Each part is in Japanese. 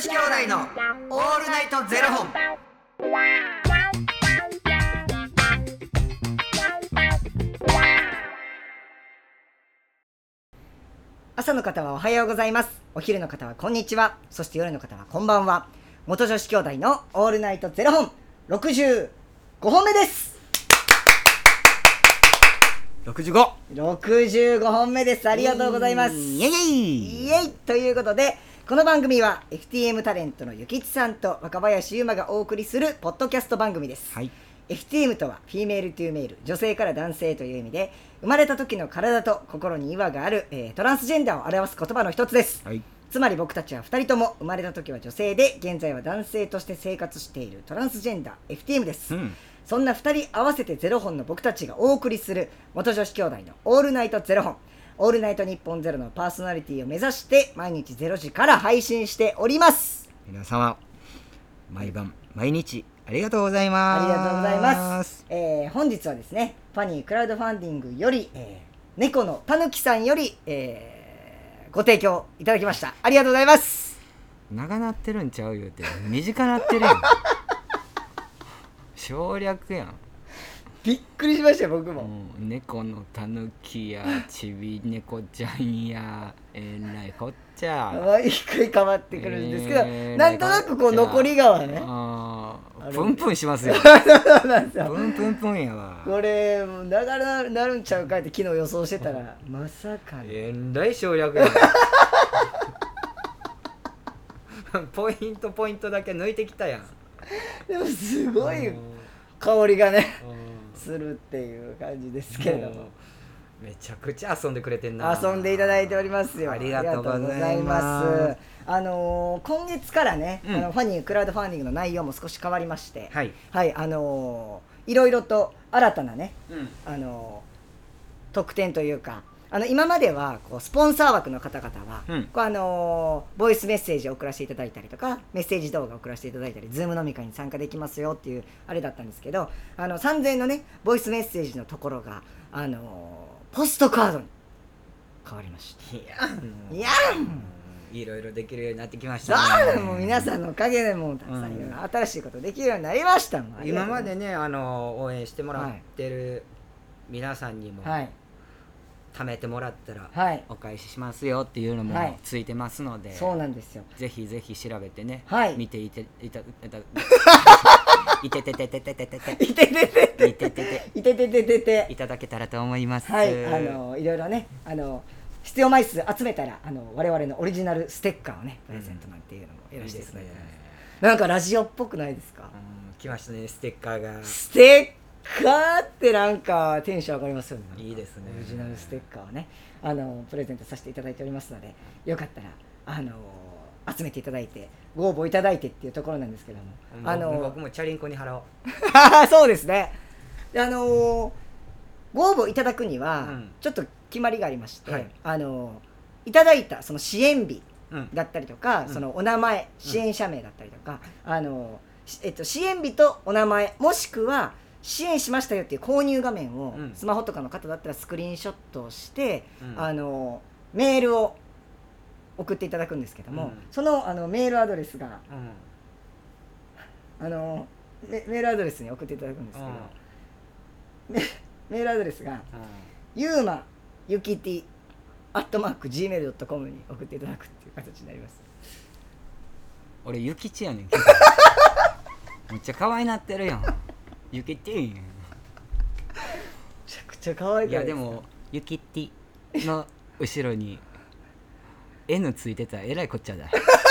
子兄弟のオールナイトゼロ本。朝の方はおはようございます。お昼の方はこんにちは。そして夜の方はこんばんは。元女子兄弟のオールナイトゼロ本65本目です。65本目です。ありがとうございます。イエイイエイということで、この番組は FTM タレントのゆきちさんと若林優馬がお送りするポッドキャスト番組です、はい。FTM とはフィメールトゥーメール、女性から男性という意味で、生まれた時の体と心に違和がある、トランスジェンダーを表す言葉の一つです、はい。つまり僕たちは2人とも生まれた時は女性で、現在は男性として生活しているトランスジェンダー FTM です、そんな2人合わせてゼロ本の僕たちがお送りする元女子兄弟のオールナイトゼロ本、オールナイト日本ゼロのパーソナリティを目指して毎日0時から配信しております。 皆様毎晩毎日ありがとうございます。 ありがとうございます、本日はですね、ファニークラウドファンディングより、猫のたぬきさんより、ご提供いただきました。ありがとうございます。 長なってるんちゃうよって短なってるやん省略やん。 びっくりしましたよ僕も、 猫のたぬきやちび猫ちゃんやらいこっちゃ毎回変わってくるんですけど、なんとなくこう残りがはねプンプンしますよそうなんですよ。 プンプンプンやわ。 これ長くなるんちゃうかって昨日予想してたらまさかのらい省略やポイントだけ抜いてきたやん。 でもすごい香りがねするっていう感じですけれども、 めちゃくちゃ遊んでくれてんな。 遊んでいただいておりますよ。 ありがとうございます。 今月からね、ファニークラウドファンディングの内容も少し変わりまして、はい、いろいろと新たなね、特典というか、今まではこうスポンサー枠の方々は、ボイスメッセージを送らせていただいたりとか、メッセージ動画を送らせていただいたり、ズーム飲み会に参加できますよっていうあれだったんですけど、3000円のねボイスメッセージのところがポストカードに変わりました。 いろいろできるようになってきましたね。 もう皆さんのおかげでもうたくさんいろいろ新しいことできるようになりましたもん。 今までね応援してもらってる皆さんにも、貯めてもらったらお返ししますよっていうのもついてますので、 そうなんですよ。 ぜひぜひ調べてね、見ていていただけたらと思います。 はい、いろいろね必要枚数集めたら我々のオリジナルステッカーをねプレゼントなんていうのもやらせていただいてます。なんかラジオっぽくないですか？ 来ましたね、ステッカーが。 ステッカーってなんかテンション上がりますよね。 いいですね。 オリジナルステッカーをねプレゼントさせていただいておりますので、よかったら集めていただいてご応募いただいてっていうところなんですけども、 僕もチャリンコに払おうそうですね。ご応募いただくにはちょっと決まりがありまして、いただいたその支援日だったりとか、そのお名前、支援者名だったりとか、支援日とお名前、もしくは支援しましたよっていう購入画面を、スマホとかの方だったらスクリーンショットをして、メールを送っていただくんですけども、そのメールアドレスが、メールアドレスに送っていただくんですけど、メールアドレスが、ゆうまゆきてぃ@gmail.com に送っていただくっていう形になります。 俺ゆきちやねんめっちゃ可愛いなってるやんゆきてぃめちゃくちゃ可愛い。 いやでもゆきてぃの後ろに N ついてたらえらいこっちゃだ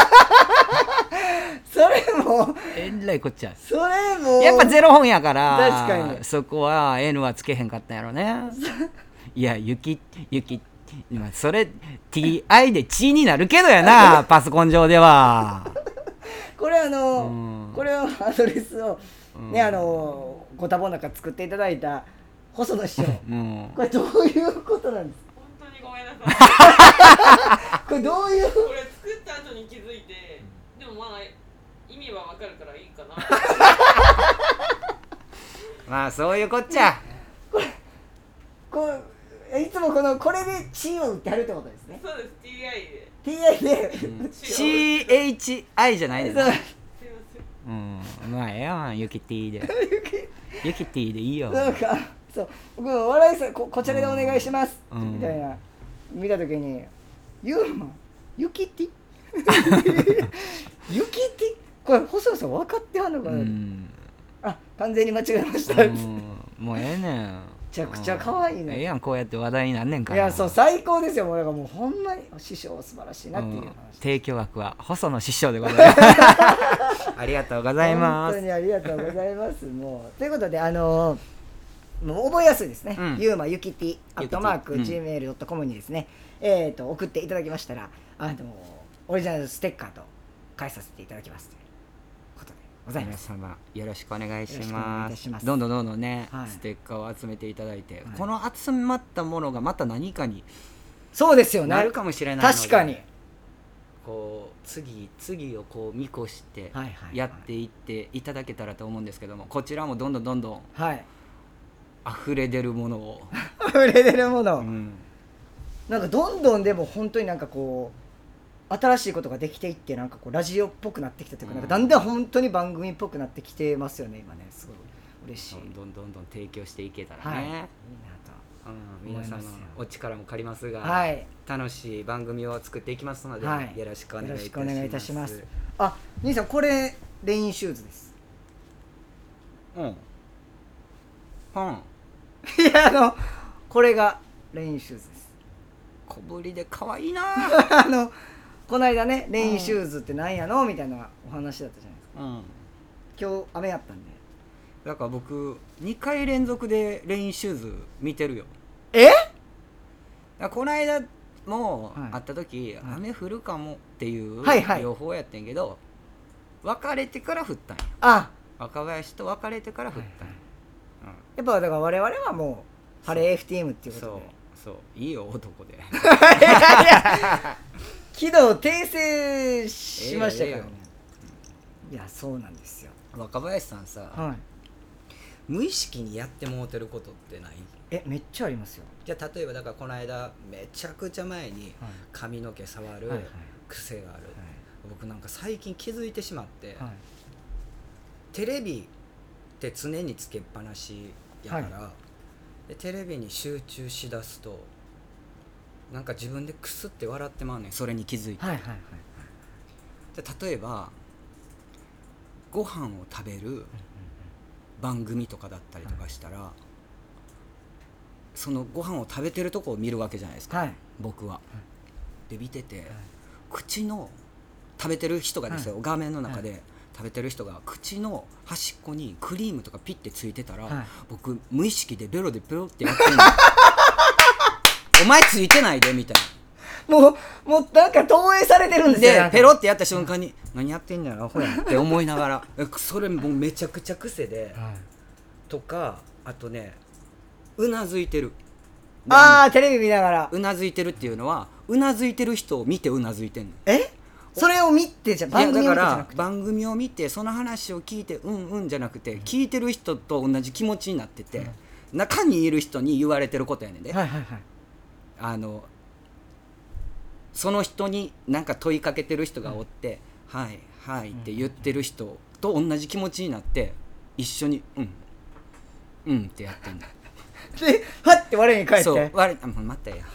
それもえらいこっちゃ。 それもやっぱゼロ本やから確かにそこは N はつけへんかったんやろねいやゆき今それ TI でチになるけどやなパソコン上ではこれこれをアドレスをねご多忙の中作っていただいた細野師匠、これどういうことなんですか？ 本当にごめんなさいこれどういうこれ作った後に気づいて、でもまあ意味はわかるからいいかなまあそういうこっちゃ。 これいつもこれでチを打ってはるってことですね。 そうです。TI で TI で CHI じゃないですか。 すいません。 まあええやん、ユキティでユキティでいいよ。 なんかそう僕笑いさこちらでお願いします、みたいな見た時にユーマユキティユキティこれ細野さん分かってはんのかな、あ完全に間違えました、 もうええねん。めちゃくちゃ可愛いね。 ええやん、こうやって話題になんねんから。 いやそう最高ですよ。もうだからもうほんまに師匠素晴らしいなっていう話、 提供枠は細野師匠でございますありがとうございます。 本当にありがとうございますもうということでもう覚えやすいですね、ゆうまゆきてぃ@gmail.com にですね、送っていただきましたらオリジナルステッカーと返させていただきますということでございます。 皆様よろしくお願いします。どんどんね、ステッカーを集めていただいて、この集まったものがまた何かにそうですよね、 なるかもしれないので、 確かにこう次をこう見越してやっていっていただけたらと思うんですけども、こちらもどんどん溢れ出るものを溢れ出るもの、なんかどんどんでも本当になんかこう新しいことができていって、なんかこうラジオっぽくなってきたというか、なんかだんだん本当に番組っぽくなってきてますよね今ね。すごい嬉しい。 どんどん提供していけたらね、いいなと、皆さんのお力も借りますが、楽しい番組を作っていきますので、よろしくお願いいたします。 あ、兄さんこれレインシューズです。いやこれがレインシューズです。 小ぶりで可愛いなこの間ね、レインシューズってなんやのみたいなお話だったじゃないですか、今日雨やったんで。 だから僕2回連続でレインシューズ見てるよ。この間も会った時、雨降るかもっていう予報やってんけど、別れてから降ったんや。若林と別れてから降ったんや。 やっぱだから我々はもう晴れ FTM っていうことで、 そういいよ男で昨日訂正しましたからね。いやそうなんですよ。 若林さんさ、無意識にやってもうてることってない？ めっちゃありますよ。 じゃあ例えばだからこの間めちゃくちゃ前に髪の毛触る癖がある、僕なんか最近気づいてしまって、テレビって常につけっぱなしやから、でテレビに集中しだすとなんか自分でクスって笑ってまうねん。それに気づいて、で例えばご飯を食べる番組とかだったりとかしたら、そのご飯を食べてるとこを見るわけじゃないですか、僕は。で見てて、口の食べてる人がですよ、画面の中で食べてる人が口の端っこにクリームとかピッてついてたら、僕無意識でベロでペロってやってんのお前ついてないでみたいな、もうなんか投影されてるんですよ。 でペロってやった瞬間に何やってんだろほらって思いながらそれもうめちゃくちゃ癖で、とかあとね、うなずいてる。 テレビ見ながらうなずいてるっていうのは、うなずいてる人を見てうなずいてんの。 それを見てじゃ番組を見てじゃなくて。 だから番組を見てその話を聞いてじゃなくて、聞いてる人と同じ気持ちになってて、中にいる人に言われてることやねんで、その人に何か問いかけてる人がおって、はいはいって言ってる人と同じ気持ちになって一緒にってやってんだではって我に返って、 そう待ってや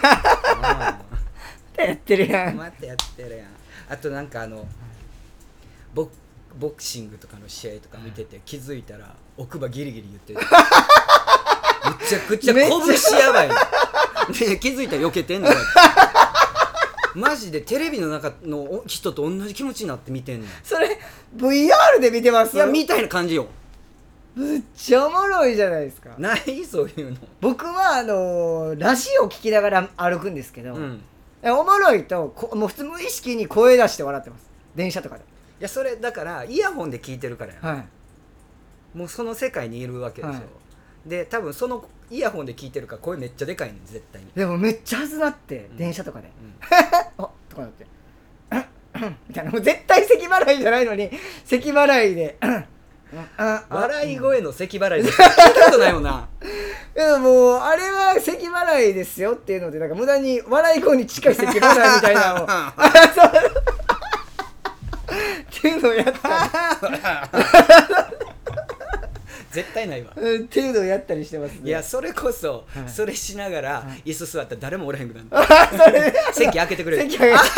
やってるやん。 待ってやってるやん。あとなんかボクシングとかの試合とか見てて気づいたら奥歯ギリギリ言ってるめちゃくちゃ拳やばいで気づいたら避けてんのマジでテレビの中の人と同じ気持ちになって見てんの。 それ VR で見てます？ いやみたいな感じよ。 むっちゃおもろいじゃないですか。 ないそういうの。 僕はラジオ聞きながら歩くんですけど、おもろいともう普通無意識に声出して笑ってます、電車とかで。 いやそれだからイヤホンで聞いてるからや、もうその世界にいるわけでしょ、で多分そのイヤホンで聞いてるから声めっちゃでかいねん絶対に。 でもめっちゃはずなって、電車とかであとかなってみたいな、もう絶対咳払いじゃないのに咳払いで笑い声の咳払いで聞いたことないもんなもうあれは咳払いですよっていうのでなんか無駄に笑い声に近い咳払いみたいなのをっていうのをやった絶対ないわっていうのをやったりしてますね。 いやそれこそ、 はい、 それしながら、はい、椅子座ったら誰もおらへんくなる席開けてくれる席開けて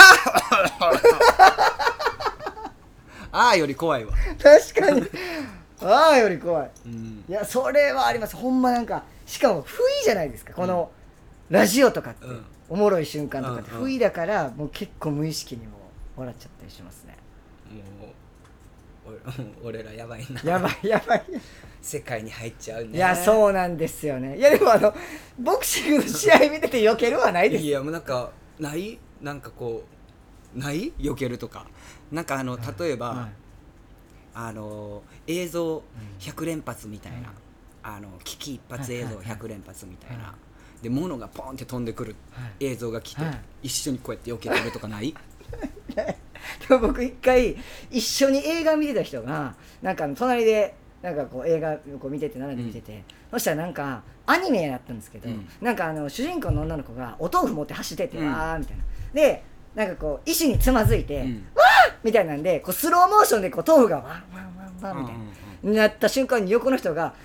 ああより怖いわ確かにああより怖い、 うん、 いやそれはあります。ほんまなんかしかも不意じゃないですかこの、ラジオとかって、うん、おもろい瞬間とかって不意だから、もう結構無意識にも笑っちゃったりしますね。 もう俺らやばいなやばい世界に入っちゃうね。 いやそうなんですよね。いやでもボクシングの試合見てて避けるはないです。 いやもうなんかないなんかこうない避けるとかなんか例えば、はい、映像100連発みたいな、危機一髪映像100連発みたいな、はい、で物がポンって飛んでくる映像が来て、はい、一緒にこうやって避けてるとかないでも僕一回一緒に映画見てた人がなんか隣でなんかこう映画こう見てて並んで見てて、そしたらなんかアニメだったんですけど、なんか主人公の女の子がお豆腐持って走ってて、わーみたいなでなんかこう石につまずいて、わーみたいなんでこうスローモーションでこう豆腐がワンワンワンワンみたいな、なった瞬間に横の人が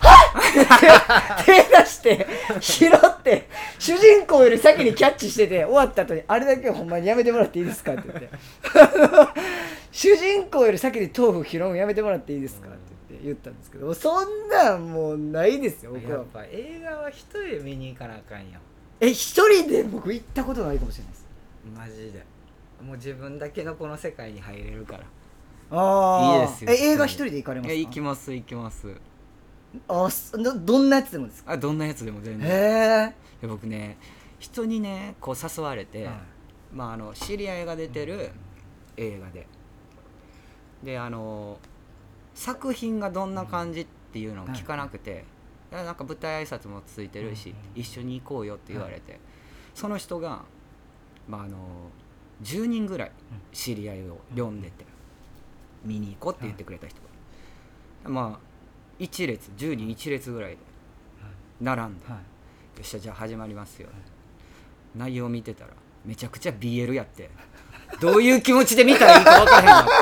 手出して拾って主人公より先にキャッチしてて、終わった後にあれだけはほんまにやめてもらっていいですかって言って主人公より先に豆腐拾うのやめてもらっていいですかって言ったんですけど、そんなんもうないですよ僕は。 やっぱ映画は一人で見に行かなあかんよ。 一人で僕行ったことないかもしれないです。 マジでもう自分だけのこの世界に入れるから。 あいいですよ。 映画一人で行かれますか？ 行きますどんなやつでもですか？ どんなやつでも全然。 へえ。僕ね人にねこう誘われて、まあ知り合いが出てる映画で、で作品がどんな感じっていうのを聞かなくて、なんか舞台挨拶もついてるし、一緒に行こうよって言われて、その人が、10人ぐらい知り合いを呼んでて、見に行こうって言ってくれた人が、一列10人一列ぐらいで並んで、よっしゃじゃあ始まりますよ、内容見てたらめちゃくちゃ BL やって、どういう気持ちで見たらいいか分からへんな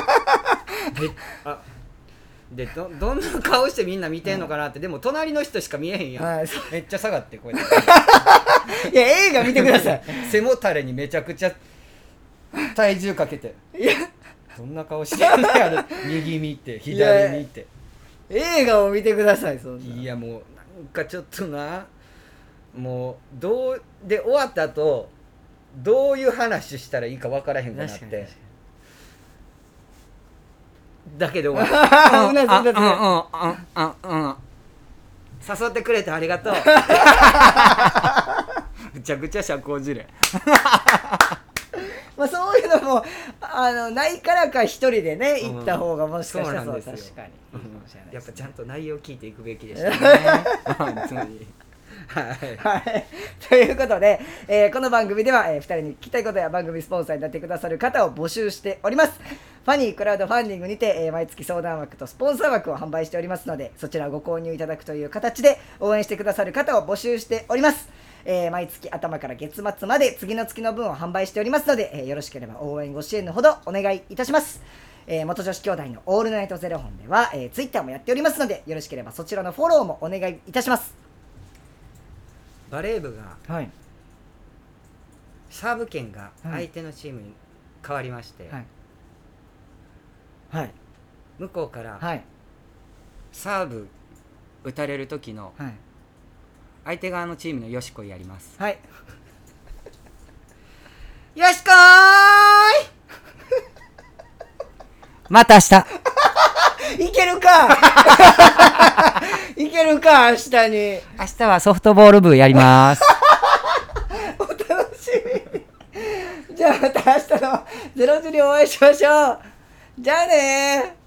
でどんな顔してみんな見てんのかなって、でも隣の人しか見えへんやん、めっちゃ下がってこうやっていや映画見てください背もたれにめちゃくちゃ体重かけて、いやどんな顔してんのやろ右見て左見て、 映画を見てください。そんな、 いやもうなんかちょっとな、もうどうで終わった後どういう話したらいいか分からへんくなって、だけど誘ってくれてありがとうむちゃくちゃ社交辞令そういうのもないからか一人でね行った方がもしかしたら確かにいいかもしれないですね。 やっぱちゃんと内容聞いていくべきでしたねはい、ということで、この番組では、2人に聞きたいことや番組スポンサーになってくださる方を募集しております。ファニークラウドファンディングにて、毎月相談枠とスポンサー枠を販売しておりますので、そちらをご購入いただくという形で応援してくださる方を募集しております。毎月頭から月末まで次の月の分を販売しておりますので、よろしければ応援ご支援のほどお願いいたします。元女子兄弟のオールナイトゼロ本では、ツイッターもやっておりますので、よろしければそちらのフォローもお願いいたします。 バレー部が、 はい、 サーブ権が相手のチームに変わりまして、 はいはい、 向こうから、 はい、 サーブ打たれる時の、 はい、 相手側のチームのよしこいやります。 はいよしこーいまた明日いけるかいけるか明日に。 明日はソフトボール部やりますお楽しみに。じゃあまた明日の0時にお会いしましょう。じゃあねー。